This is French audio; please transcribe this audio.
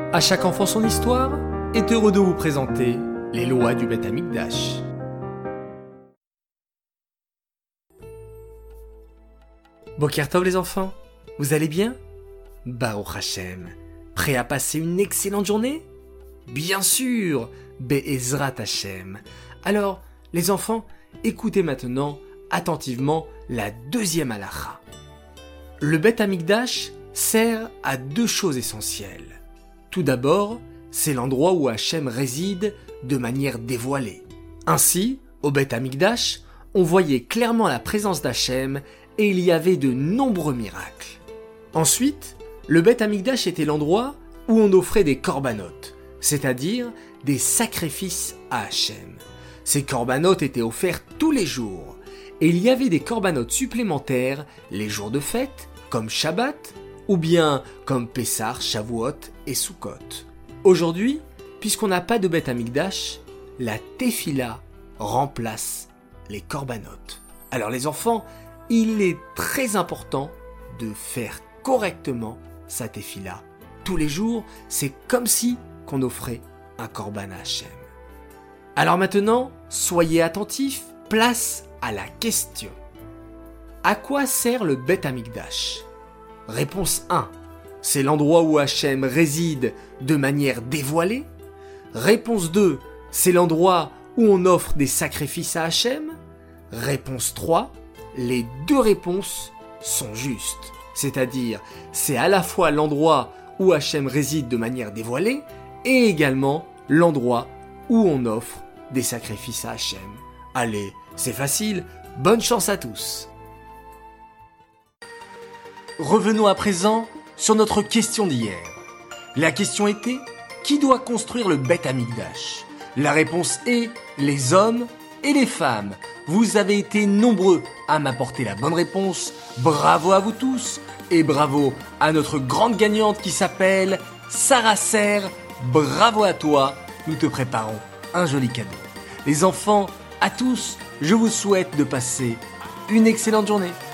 À chaque enfant son histoire est heureux de vous présenter les lois du Beth Amikdash. Boker Tov les enfants, vous allez bien? Baruch Hashem, prêt à passer une excellente journée? Bien sûr, Be'ezrat Hashem. Alors, les enfants, écoutez maintenant attentivement la deuxième halakha. Le Beth Amikdash sert à deux choses essentielles. Tout d'abord, c'est l'endroit où Hachem réside de manière dévoilée. Ainsi, au Beth Amikdash, on voyait clairement la présence d'Hachem et il y avait de nombreux miracles. Ensuite, le Beth Amikdash était l'endroit où on offrait des korbanot, c'est-à-dire des sacrifices à Hachem. Ces korbanot étaient offerts tous les jours et il y avait des korbanot supplémentaires les jours de fête, comme Shabbat, ou bien comme Pessah, Shavuot et Sukkot. Aujourd'hui, puisqu'on n'a pas de Beth Amikdash, la Tefila remplace les korbanot. Alors les enfants, il est très important de faire correctement sa Tefila. Tous les jours, c'est comme si qu'on offrait un korban à Hachem. Alors maintenant, soyez attentifs, place à la question. À quoi sert le Beth Amikdash ? Réponse 1. C'est l'endroit où Hachem réside de manière dévoilée. Réponse 2. C'est l'endroit où on offre des sacrifices à Hachem. Réponse 3. Les deux réponses sont justes. C'est-à-dire, c'est à la fois l'endroit où Hachem réside de manière dévoilée et également l'endroit où on offre des sacrifices à Hachem. Allez, c'est facile, bonne chance à tous. Revenons à présent sur notre question d'hier. La question était, qui doit construire le Beth Amikdash ? La réponse est les hommes et les femmes. Vous avez été nombreux à m'apporter la bonne réponse. Bravo à vous tous et bravo à notre grande gagnante qui s'appelle Sarah Serre. Bravo à toi, nous te préparons un joli cadeau. Les enfants, à tous, je vous souhaite de passer une excellente journée.